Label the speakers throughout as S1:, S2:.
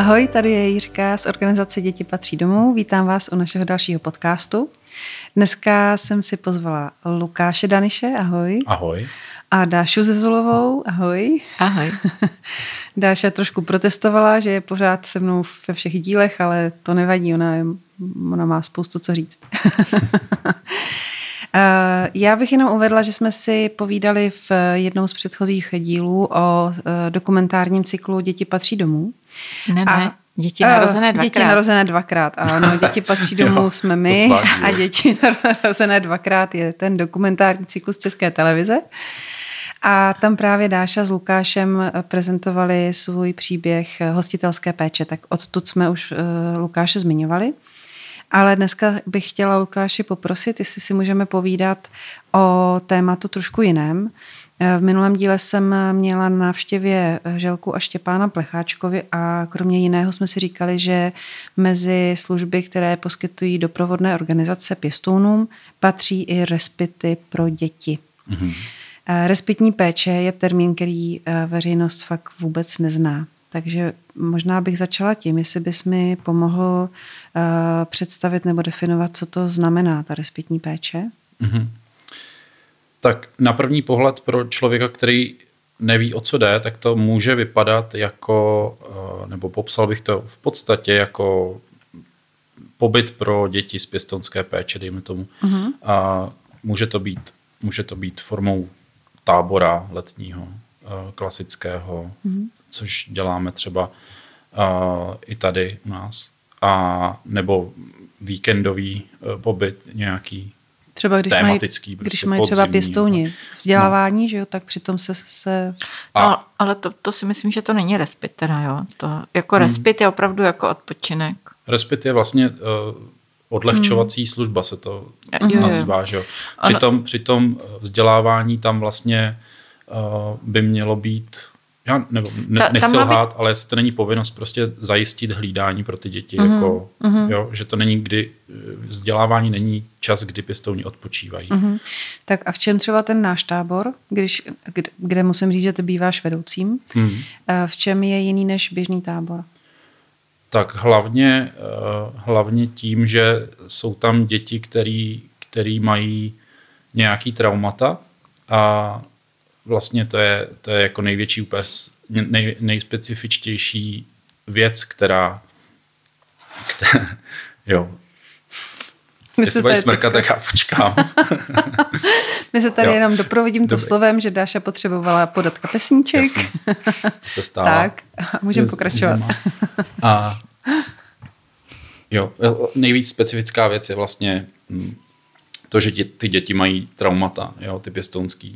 S1: Ahoj, tady je Jiřka z organizace Děti patří domů. Vítám vás u našeho dalšího podcastu. Dneska jsem si pozvala Lukáše Daniše, ahoj.
S2: Ahoj.
S1: A Dášu Zezulovou, ahoj.
S3: Ahoj.
S1: Dáša trošku protestovala, že je pořád se mnou ve všech dílech, ale to nevadí, ona má spoustu co říct. Já bych jenom uvedla, že jsme si povídali v jednou z předchozích dílů o dokumentárním cyklu Děti patří domů.
S3: Ne, děti narozené dvakrát.
S1: Děti narozené dvakrát, ano, Děti patří domů jsme my a Děti narozené dvakrát je ten dokumentární cyklus České televize. A tam právě Dáša s Lukášem prezentovali svůj příběh hostitelské péče, tak odtud jsme už Lukáše zmiňovali. Ale dneska bych chtěla Lukáši poprosit, jestli si můžeme povídat o tématu trošku jiném. V minulém díle jsem měla na návštěvě Želku a Štěpána Plecháčkovi a kromě jiného jsme si říkali, že mezi služby, které poskytují doprovodné organizace pěstounům, patří i respity pro děti. Mm-hmm. Respitní péče je termín, který veřejnost fakt vůbec nezná. Takže možná bych začala tím, jestli bys mi pomohl představit nebo definovat, co to znamená, ta respitní péče.
S2: Mm-hmm. Tak na první pohled pro člověka, který neví, o co jde, tak to může vypadat jako, nebo popsal bych to v podstatě jako pobyt pro děti z pěstounské péče, dejme tomu. Mm-hmm. A může to být formou tábora letního, klasického, mm-hmm. což děláme třeba i tady u nás. A nebo víkendový pobyt nějaký
S1: třeba
S2: tematický.
S1: Když mají třeba pěstouni vzdělávání, že jo, tak přitom se...
S3: No, ale to si myslím, že to není respit teda, jo. To, jako respit je opravdu jako odpočinek.
S2: Respit je vlastně odlehčovací služba se to nazývá, že jo. Při tom vzdělávání tam vlastně by mělo být... Já nechci lhát, ale jestli to není povinnost prostě zajistit hlídání pro ty děti, jako, jo, že to není vzdělávání není čas, kdy pěstouni odpočívají.
S1: Tak a v čem třeba ten náš tábor, kde musím říct, že ty býváš vedoucím, v čem je jiný než běžný tábor?
S2: Tak hlavně tím, že jsou tam děti, který mají nějaký traumata a vlastně to je jako největší nejspecifičtější věc, která jo. Jestli budeš smrkat, tak já počkám.
S1: My se tady jenom doprovodím to slovem, že Dáša potřebovala podat kapesníček.
S2: Jasně, se stává.
S1: Tak, můžeme pokračovat.
S2: A jo, nejvíc specifická věc je vlastně to, že ty děti mají traumata, jo, ty pěstounský.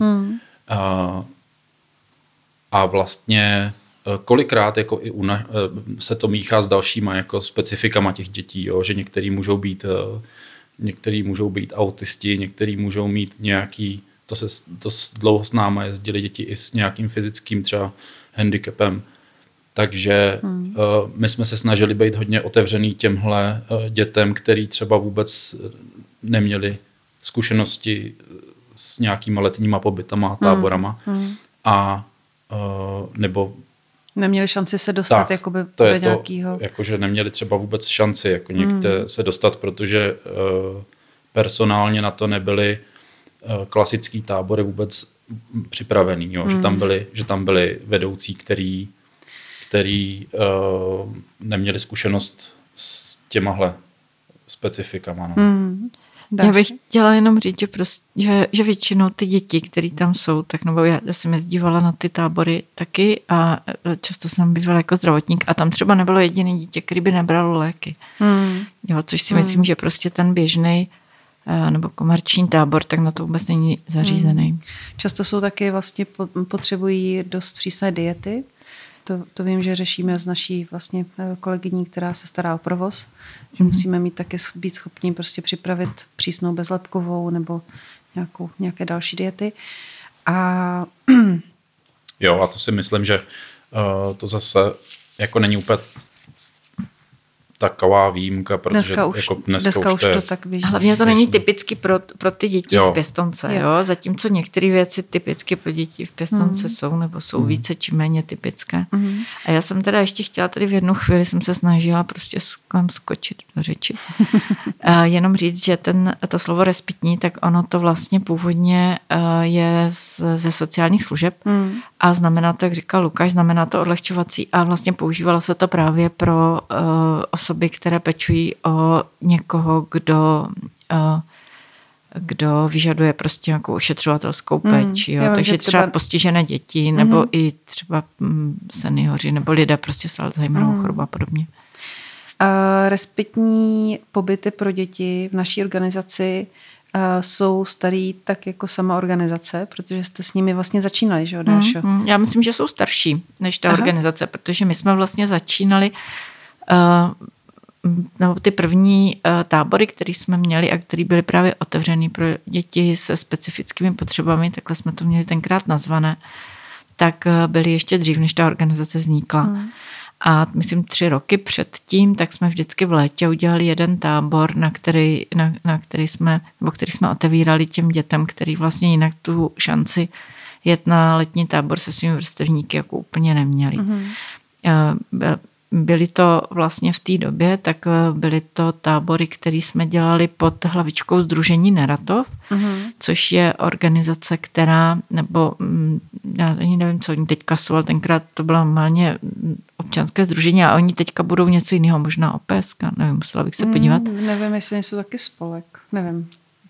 S2: A vlastně kolikrát jako i se to míchá s dalšíma jako specifikama těch dětí, jo? Že některý můžou být autisti, některý můžou mít nějaký, to dlouho s náma jezdili děti i s nějakým fyzickým třeba handicapem. Takže my jsme se snažili být hodně otevřený těmhle dětem, který třeba vůbec neměli zkušenosti s nějakýma letníma pobytama, táborama a nebo
S1: neměli šanci se dostat
S2: tak,
S1: jakoby
S2: to je
S1: nějakýho...
S2: to, jakože neměli třeba vůbec šanci jako někde se dostat, protože personálně na to nebyly klasický tábory vůbec připravený, jo? Že tam byli vedoucí, který neměli zkušenost s těmahle specifikama. No.
S3: Já bych chtěla jenom říct, že většinou ty děti, které tam jsou, tak nebo já jsem jezdívala na ty tábory taky a často jsem bývala jako zdravotník a tam třeba nebylo jediné dítě, který by nebralo léky. Jo, což si myslím, že prostě ten běžný nebo komerční tábor, tak na to vůbec není zařízený.
S1: Často jsou taky vlastně potřebují dost přísné diety. To vím, že řešíme s naší vlastně kolegyní, která se stará o provoz, že musíme mít taky být schopni prostě připravit přísnou bezlepkovou nebo nějaké další diety.
S2: Jo, a to si myslím, že to zase jako není úplně taková výjimka, protože
S1: dneska už to tak běží.
S3: Hlavně to není typicky pro ty děti v pěstonce, jo? Zatímco některé věci typicky pro děti v pěstonce jsou, nebo jsou více či méně typické. A já jsem teda ještě chtěla tady v jednu chvíli, jsem se snažila prostě skočit do řeči. Jenom říct, že to slovo respitní, tak ono to vlastně původně je ze sociálních služeb a znamená to, jak říkal Lukáš, znamená to odlehčovací a vlastně používalo se to právě pro osoby, které pečují o někoho, kdo vyžaduje prostě nějakou ošetřovatelskou péči. Jo. Takže třeba postižené děti, nebo i třeba seniori, nebo lidé prostě s Alzheimerovou chorobou a podobně.
S1: Respitní pobyty pro děti v naší organizaci jsou starý tak jako sama organizace, protože jste s nimi vlastně začínali, že jo, Dášo?
S3: Já myslím, že jsou starší než ta organizace, protože my jsme vlastně začínali ty první tábory, které jsme měli a které byly právě otevřený pro děti se specifickými potřebami, takhle jsme to měli tenkrát nazvané, tak byly ještě dřív, než ta organizace vznikla. A myslím 3 roky předtím, tak jsme vždycky v létě udělali jeden tábor, který jsme otevírali těm dětem, který vlastně jinak tu šanci jet na letní tábor se svými vrstevníky jako úplně neměli. Byly to vlastně v té době, tak byly to tábory, které jsme dělali pod hlavičkou Sdružení Neratov, což je organizace, která, nebo já ani nevím, co oni teďka jsou, ale tenkrát to bylo normálně občanské sdružení a oni teďka budou něco jiného, možná OPSK, nevím, musela bych se podívat.
S1: Nevím, jestli jsou taky spolek, nevím.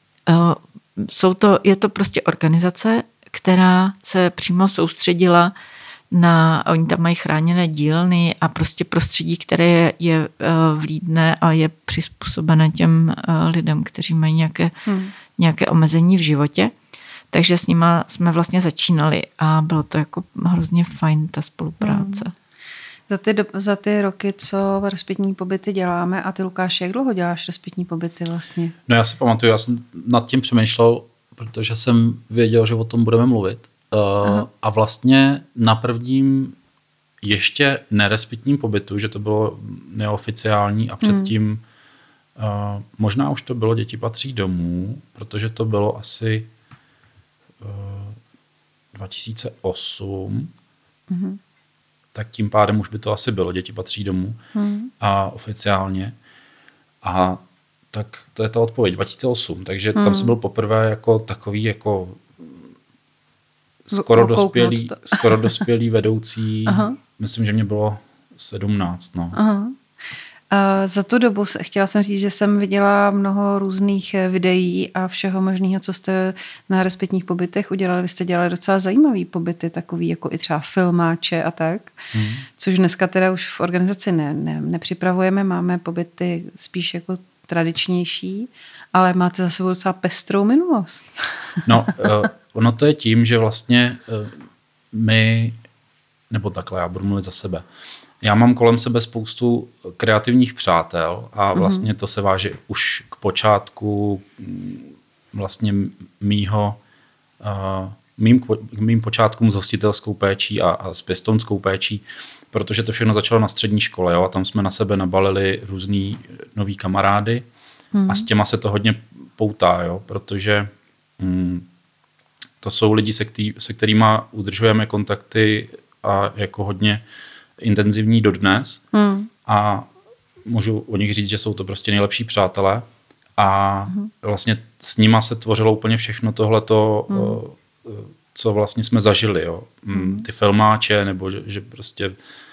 S3: Je to prostě organizace, která se přímo soustředila oni tam mají chráněné dílny a prostě prostředí, které je vlídné a je přizpůsobené těm lidem, kteří mají nějaké omezení v životě. Takže s nima jsme vlastně začínali a bylo to jako hrozně fajn ta spolupráce.
S1: Za ty roky, co respitní pobyty děláme, a ty, Lukáši, jak dlouho děláš respitní pobyty vlastně?
S2: No já si pamatuju, já jsem nad tím přemýšlel, protože jsem věděl, že o tom budeme mluvit. A vlastně na prvním ještě nerespitním pobytu, že to bylo neoficiální a předtím možná už to bylo Děti patří domů, protože to bylo asi 2008, tak tím pádem už by to asi bylo Děti patří domů a oficiálně. A tak to je ta odpověď, 2008, takže tam jsem byl poprvé jako takový jako skoro dospělý vedoucí. Myslím, že mě bylo 17. No.
S1: Za tu dobu chtěla jsem říct, že jsem viděla mnoho různých videí a všeho možného, co jste na respitních pobytech udělali. Vy jste dělali docela zajímavý pobyty, takový jako i třeba filmáče a tak, což dneska teda už v organizaci nepřipravujeme. Máme pobyty spíš jako tradičnější, ale máte za sebou docela pestrou minulost.
S2: No, ono to je tím, že vlastně my, nebo takhle, já budu mluvit za sebe. Já mám kolem sebe spoustu kreativních přátel a vlastně to se váže už k počátku vlastně mým počátkům s hostitelskou péčí a s pěstounskou péčí, protože to všechno začalo na střední škole, jo, a tam jsme na sebe nabalili různý nový kamarády a s těma se to hodně poutá, jo, protože to jsou lidi, se kterými udržujeme kontakty a jako hodně intenzivní dodnes a můžu o nich říct, že jsou to prostě nejlepší přátelé a vlastně s nima se tvořilo úplně všechno tohleto, co vlastně jsme zažili. Jo. Ty filmáče, nebo že prostě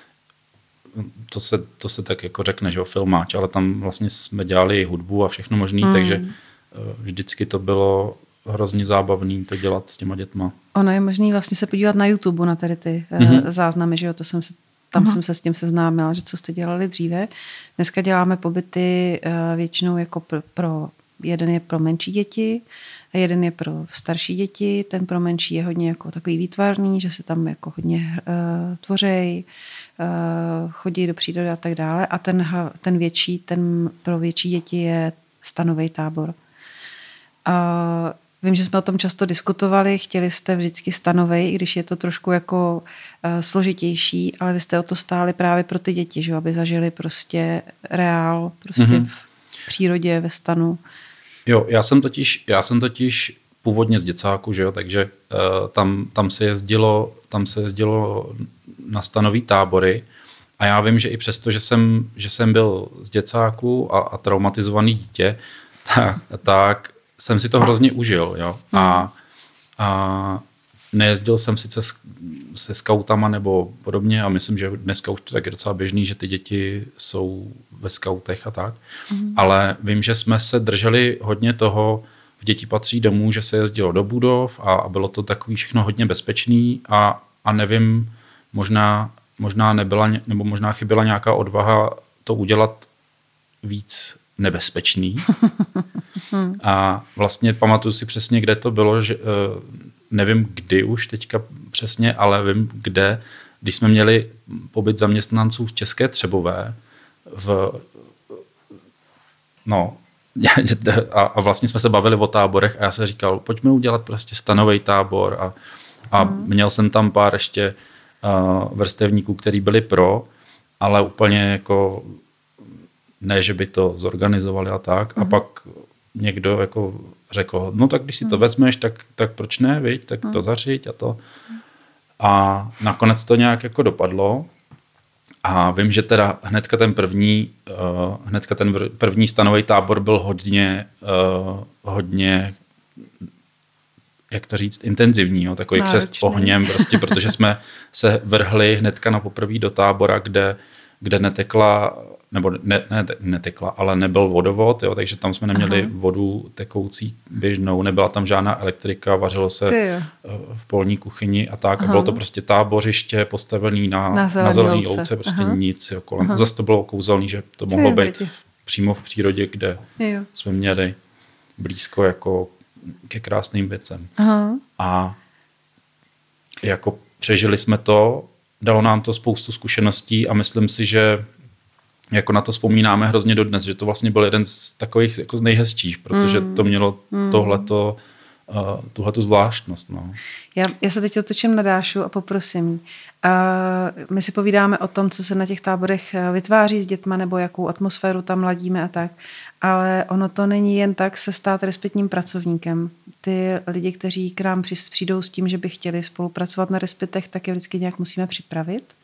S2: to se tak jako řekne, že jo, filmáč, ale tam vlastně jsme dělali hudbu a všechno možný, takže vždycky to bylo hrozně zábavný to dělat s těma dětma.
S1: Ono je možný vlastně se podívat na YouTube na tady ty záznamy, že jo, tam jsem se s tím seznámila, že co jste dělali dříve. Dneska děláme pobyty většinou jako jeden je pro menší děti, jeden je pro starší děti, ten pro menší je hodně jako takový výtvarný, že se tam jako hodně tvoří, chodí do přírody a tak dále a ten větší, ten pro větší děti je stanový tábor. Vím, že jsme o tom často diskutovali, chtěli jste vždycky stanovej, i když je to trošku jako složitější, ale vy jste o to stáli právě pro ty děti, že? Aby zažili prostě reál, prostě v přírodě, ve stanu.
S2: Jo, já jsem totiž původně z děcáku, že jo, takže tam se jezdilo na stanový tábory a já vím, že i přesto, že jsem byl z děcáku a traumatizovaný dítě, tak jsem si to hrozně užil, jo. A nejezdil jsem sice se skautama nebo podobně a myslím, že dneska už to tak je docela běžný, že ty děti jsou ve skautech a tak, ale vím, že jsme se drželi hodně toho, v děti patří domů, že se jezdilo do budov a bylo to takový všechno hodně bezpečný a nevím, možná nebyla, nebo možná chyběla nějaká odvaha to udělat víc nebezpečný. A vlastně pamatuju si přesně, kde to bylo, že nevím kdy už teďka přesně, ale vím kde, když jsme měli pobyt zaměstnanců v České Třebové a vlastně jsme se bavili o táborech a já se říkal, pojďme udělat prostě stanový tábor a měl jsem tam pár ještě vrstevníků, který byli pro, ale úplně jako ne, že by to zorganizovali a tak. A pak někdo jako řekl, no tak když si to vezmeš, tak proč ne, viď? Tak to zařiď a to. A nakonec to nějak jako dopadlo. A vím, že teda hnedka ten první stanový tábor byl hodně jak to říct, intenzivní, jo? Takový křest ohněm, prostě, protože jsme se vrhli hnedka na poprvé do tábora, kde netekla, nebo netekla, ale nebyl vodovod, jo? Takže tam jsme neměli vodu tekoucí běžnou, nebyla tam žádná elektrika, vařilo se v polní kuchyni a tak. A bylo to prostě tábořiště postavený na zelený louce, prostě nic. Jo, kolem. Zase to bylo kouzelný, že to mohlo být přímo v přírodě, kde jsme měli blízko jako ke krásným věcem. A jako přežili jsme to, dalo nám to spoustu zkušeností a myslím si, že jako na to vzpomínáme hrozně dodnes, že to vlastně byl jeden z takových jako z nejhezčích, protože to mělo tuhletu zvláštnost. No.
S1: Já se teď otočím na Dášu a poprosím. My si povídáme o tom, co se na těch táborech vytváří s dětma nebo jakou atmosféru tam ladíme a tak, ale ono to není jen tak se stát respektním pracovníkem. Ty lidi, kteří k nám přijdou s tím, že by chtěli spolupracovat na respitech, tak je vždycky nějak musíme připravit.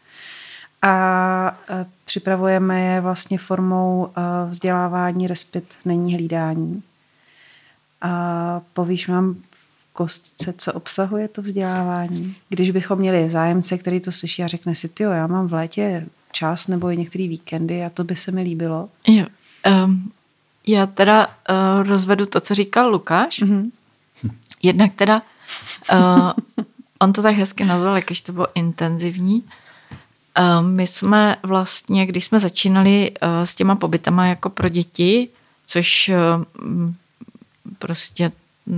S1: A připravujeme je vlastně formou vzdělávání. Respit není hlídání. A povíš nám v kostce, co obsahuje to vzdělávání? Když bychom měli zájemce, který to slyší a řekne si, tyjo, já mám v létě čas nebo i některé víkendy a to by se mi líbilo.
S3: Jo. Já teda rozvedu to, co říkal Lukáš. Jednak teda on to tak hezky nazval, jakož to bylo intenzivní. My jsme vlastně, když jsme začínali s těma pobytama jako pro děti, což prostě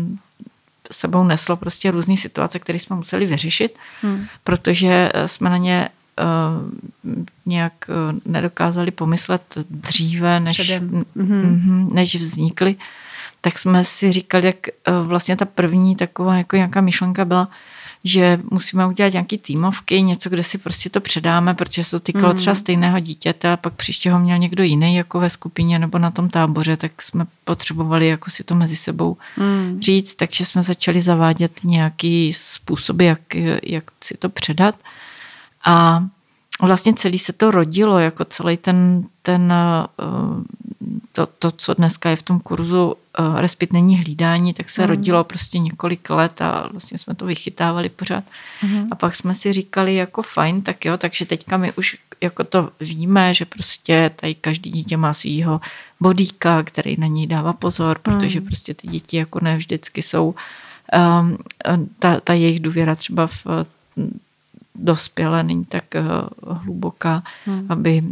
S3: sebou neslo prostě různý situace, které jsme museli vyřešit, protože jsme na ně nějak nedokázali pomyslet dříve, než vznikly, tak jsme si říkali, jak vlastně ta první taková jako nějaká myšlenka byla, že musíme udělat nějaký týmovky, něco, kde si prostě to předáme, protože se to týkalo třeba stejného dítěte a pak příště ho měl někdo jiný jako ve skupině nebo na tom táboře, tak jsme potřebovali jako si to mezi sebou říct, takže jsme začali zavádět nějaký způsoby, jak si to předat a vlastně celý se to rodilo, jako celý to, co dneska je v tom kurzu Respit není hlídání, tak se rodilo prostě několik let a vlastně jsme to vychytávali pořád. A pak jsme si říkali jako fajn, tak jo, takže teďka my už jako to víme, že prostě tady každý dítě má svýho bodíka, který na něj dává pozor, protože prostě ty děti jako ne vždycky jsou ta jejich důvěra třeba v dospělé není tak hluboká, aby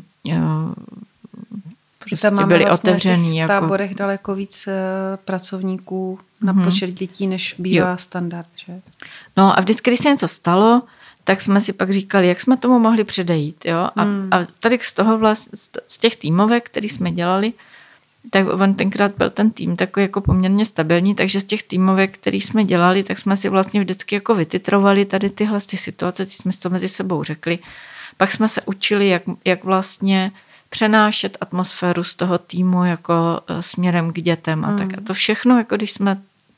S3: prostě byli vlastně otevřený.
S1: V táborech daleko víc pracovníků na počet dětí, než bývá standard. Že?
S3: No a vždycky, když se něco stalo, tak jsme si pak říkali, jak jsme tomu mohli předejít. Jo? A tady z toho z těch týmovek, který jsme dělali, tak on tenkrát byl ten tým takový jako poměrně stabilní, takže z těch týmovek, který jsme dělali, tak jsme si vlastně vždycky jako vytitrovali tady tyhle situace, ty jsme si to mezi sebou řekli. Pak jsme se učili, jak vlastně přenášet atmosféru z toho týmu jako směrem k dětem a tak. A to všechno, jako když jsme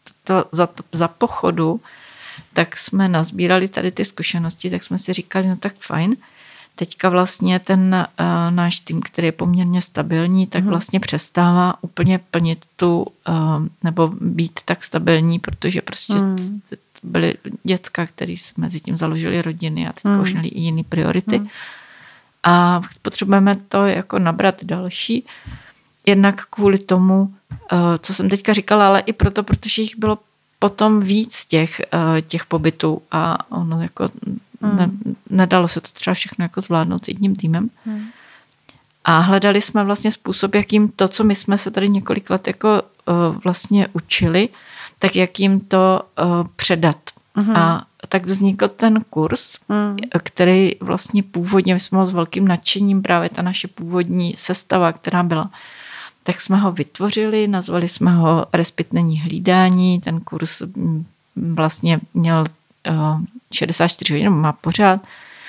S3: za pochodu, tak jsme nazbírali tady ty zkušenosti, tak jsme si říkali, no tak fajn. Teďka vlastně ten náš tým, který je poměrně stabilní, tak vlastně přestává úplně plnit nebo být tak stabilní, protože prostě byly děcka, který mezi tím založili rodiny a teďka už měli i jiné priority. A potřebujeme to jako nabrat další. Jednak kvůli tomu, co jsem teďka říkala, ale i proto, protože jich bylo potom víc těch pobytů a ono jako nedalo se to třeba všechno jako zvládnout s jedním týmem. A hledali jsme vlastně způsob, jak jim to, co my jsme se tady několik let jako vlastně učili, tak jak jim to předat. A tak vznikl ten kurz, který vlastně původně, my jsme ho s velkým nadšením, právě ta naše původní sestava, která byla, tak jsme ho vytvořili, nazvali jsme ho Respit není hlídání, ten kurz vlastně měl 64 hodin, má pořád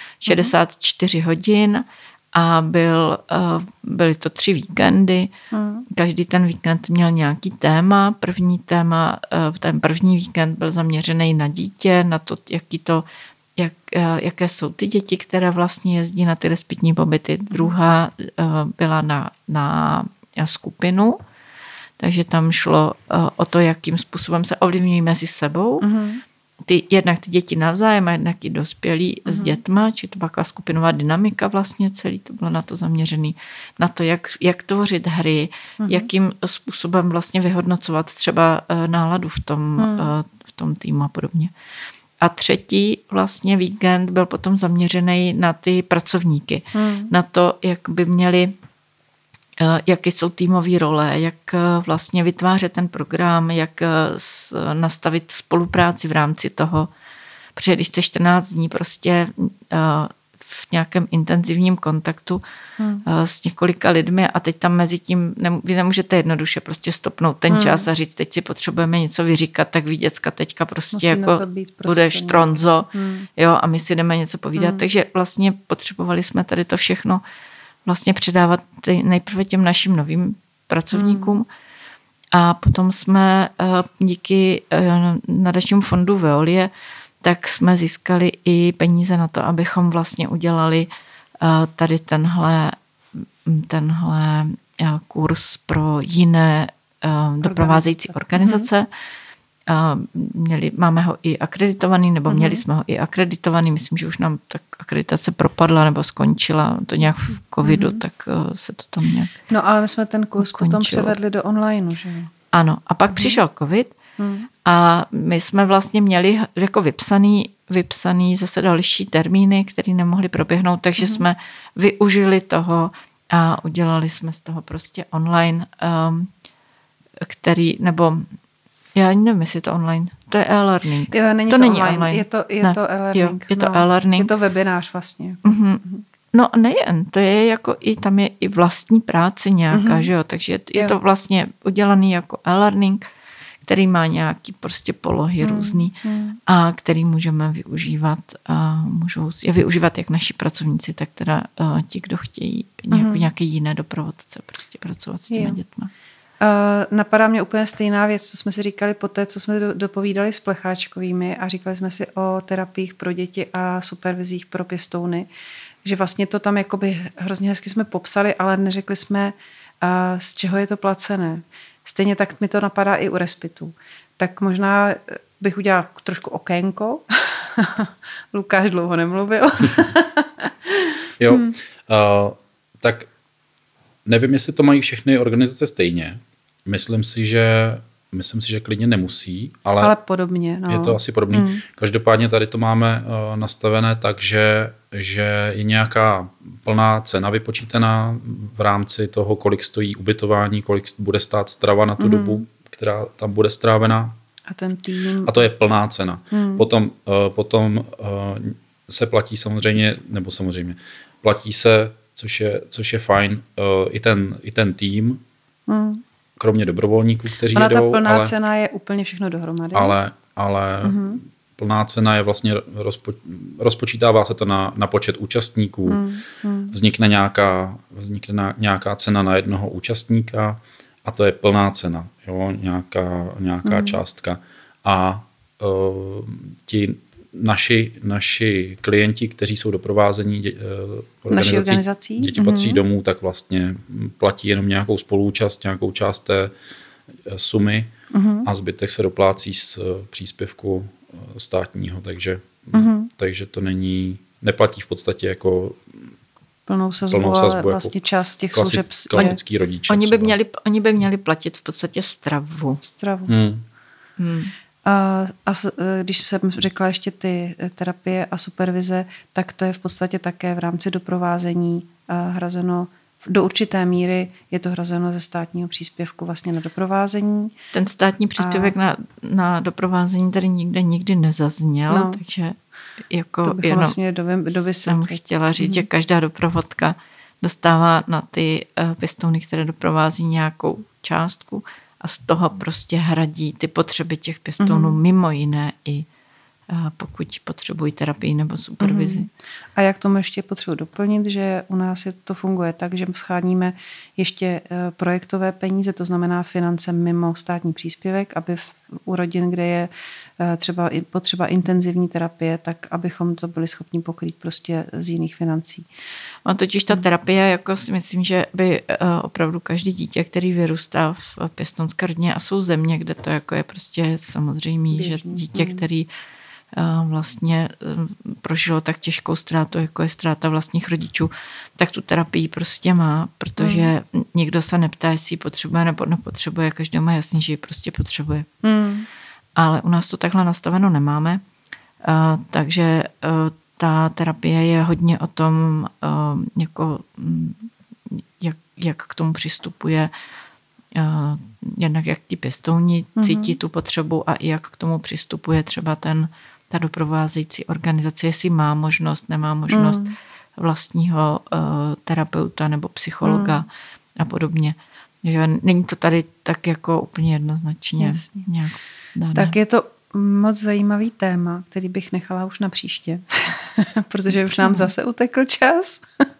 S3: 64 hodin a byly to 3 víkendy. Každý ten víkend měl nějaký téma. Ten první víkend byl zaměřený na dítě, na to, jaké jsou ty děti, které vlastně jezdí na ty respitní pobyty. Druhá byla na skupinu, takže tam šlo o to, jakým způsobem se ovlivňují mezi sebou. Jednak ty děti navzájem a jednak i dospělí s dětma, či to byla taková skupinová dynamika vlastně celý, to bylo na to zaměřený, na to, jak tvořit hry, jakým způsobem vlastně vyhodnocovat třeba náladu v tom týmu a podobně. A třetí vlastně víkend byl potom zaměřený na ty pracovníky, na to, jak by měli, jaké jsou týmové role, jak vlastně vytvářet ten program, jak nastavit spolupráci v rámci toho. Protože když jste 14 dní prostě v nějakém intenzivním kontaktu s několika lidmi a teď tam mezi tím, vy nemůžete jednoduše prostě stopnout ten čas a říct, teď si potřebujeme něco vyříkat, tak vy děcka teďka prostě jako budeš tronzo, jo, a my si jdeme něco povídat. Takže vlastně potřebovali jsme tady to všechno vlastně předávat nejprve těm našim novým pracovníkům a potom jsme díky nadačnímu fondu Veolie, tak jsme získali i peníze na to, abychom vlastně udělali tady tenhle kurz pro jiné doprovázející organizace. Máme ho i akreditovaný, nebo měli jsme ho i akreditovaný, myslím, že už nám tak akreditace propadla nebo skončila, to nějak v covidu, tak se to tam nějak
S1: No ale my jsme ten kurz ukončilo. Potom převedli do online, že?
S3: Ano, a pak přišel covid a my jsme vlastně měli jako vypsaný zase další termíny, které nemohly proběhnout, takže jsme využili toho a udělali jsme z toho prostě online, nebo já nevím, jestli je to online. To je e-learning.
S1: Jo, není to online. Je to e-learning.
S3: Je to e-learning.
S1: Je to webinář vlastně.
S3: No nejen, to je jako tam je i vlastní práce nějaká, že jo, takže je to vlastně udělaný jako e-learning, který má nějaký prostě polohy různý a který můžeme využívat a můžou je využívat jak naši pracovníci, tak teda ti, kdo chtějí nějaké jiné doprovodce prostě pracovat s těmi dětmi.
S1: Napadá mě úplně stejná věc, co jsme si říkali po té, co jsme dopovídali s Plecháčkovými a říkali jsme si o terapiích pro děti a supervizích pro pěstouny, že vlastně to tam jakoby hrozně hezky jsme popsali, ale neřekli jsme, z čeho je to placené. Stejně tak mi to napadá i u respitu. Tak možná bych udělala trošku okénko. Lukáš dlouho nemluvil.
S2: Jo, tak nevím, jestli to mají všechny organizace stejně. Myslím si, že klidně nemusí, ale
S1: podobně. No.
S2: Je to asi podobný. Každopádně tady to máme nastavené tak, že je nějaká plná cena vypočítaná v rámci toho, kolik stojí ubytování, kolik bude stát strava na tu dobu, která tam bude strávená.
S1: A ten tým.
S2: A to je plná cena. Potom se platí samozřejmě, platí se, což je fajn, i ten tým, kromě dobrovolníků, kteří
S1: Ona
S2: jedou.
S1: Ta plná cena je úplně všechno dohromady.
S2: Ale plná cena je vlastně, rozpočítává se to na počet účastníků. Vznikne nějaká cena na jednoho účastníka a to je plná cena, jo? Nějaká částka. A ti naši klienti, kteří jsou doprovázení organizací Děti patří domů, tak vlastně platí jenom nějakou spoluúčast, nějakou část té sumy a zbytek se doplácí z příspěvku státního, takže to neplatí v podstatě jako
S1: plnou sazbu, ale vlastně část těch služeb.
S2: Klasický rodiče.
S3: Oni by měli platit v podstatě stravu.
S1: A když jsem řekla ještě ty terapie a supervize, tak to je v podstatě také v rámci doprovázení hrazeno do určité míry, je to hrazeno ze státního příspěvku vlastně na doprovázení.
S3: Ten státní příspěvek na doprovázení tady nikdy nezazněl, takže jako
S1: to bychom vlastně
S3: jsem chtěla říct, že každá doprovodka dostává na ty pěstouny, které doprovází nějakou částku a z toho prostě hradí ty potřeby těch pěstounů, mimo jiné i pokud potřebují terapii nebo supervizi.
S1: A jak tomu ještě potřebuji doplnit, že u nás to funguje tak, že scháníme ještě projektové peníze, to znamená finance mimo státní příspěvek, aby u rodin, kde je třeba potřeba intenzivní terapie, tak abychom to byli schopni pokrýt prostě z jiných financí.
S3: A totiž ta terapie, jako si myslím, že by opravdu každý dítě, který vyrůstá v pěstounské rodině, a jsou země, kde to jako je prostě samozřejmé, že dítě, který vlastně prožilo tak těžkou ztrátu, jako je ztráta vlastních rodičů, tak tu terapii prostě má, protože nikdo se neptá, jestli ji potřebuje nebo nepotřebuje, každému je jasný, že ji prostě potřebuje. Ale u nás to takhle nastaveno nemáme, takže ta terapie je hodně o tom, jako, jak k tomu přistupuje, jednak jak ti pěstouni cítí tu potřebu a i jak k tomu přistupuje třeba ta doprovázející organizace, jestli má možnost, nemá možnost vlastního terapeuta nebo psychologa a podobně. Že není to tady tak jako úplně jednoznačně nějak dané.
S1: Tak je to moc zajímavý téma, který bych nechala už na příště, protože už nám zase utekl čas.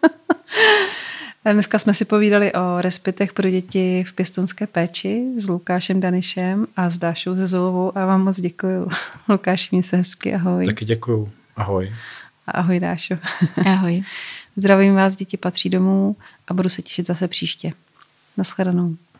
S1: Dneska jsme si povídali o respitech pro děti v pěstounské péči s Lukášem Danišem a s Dášou Zezulovou a vám moc děkuju. Lukáši, měj se hezky, ahoj.
S2: Taky děkuju, ahoj.
S1: A ahoj, Dášo.
S3: Ahoj.
S1: Zdravím vás, Děti patří domů a budu se těšit zase příště. Nashledanou.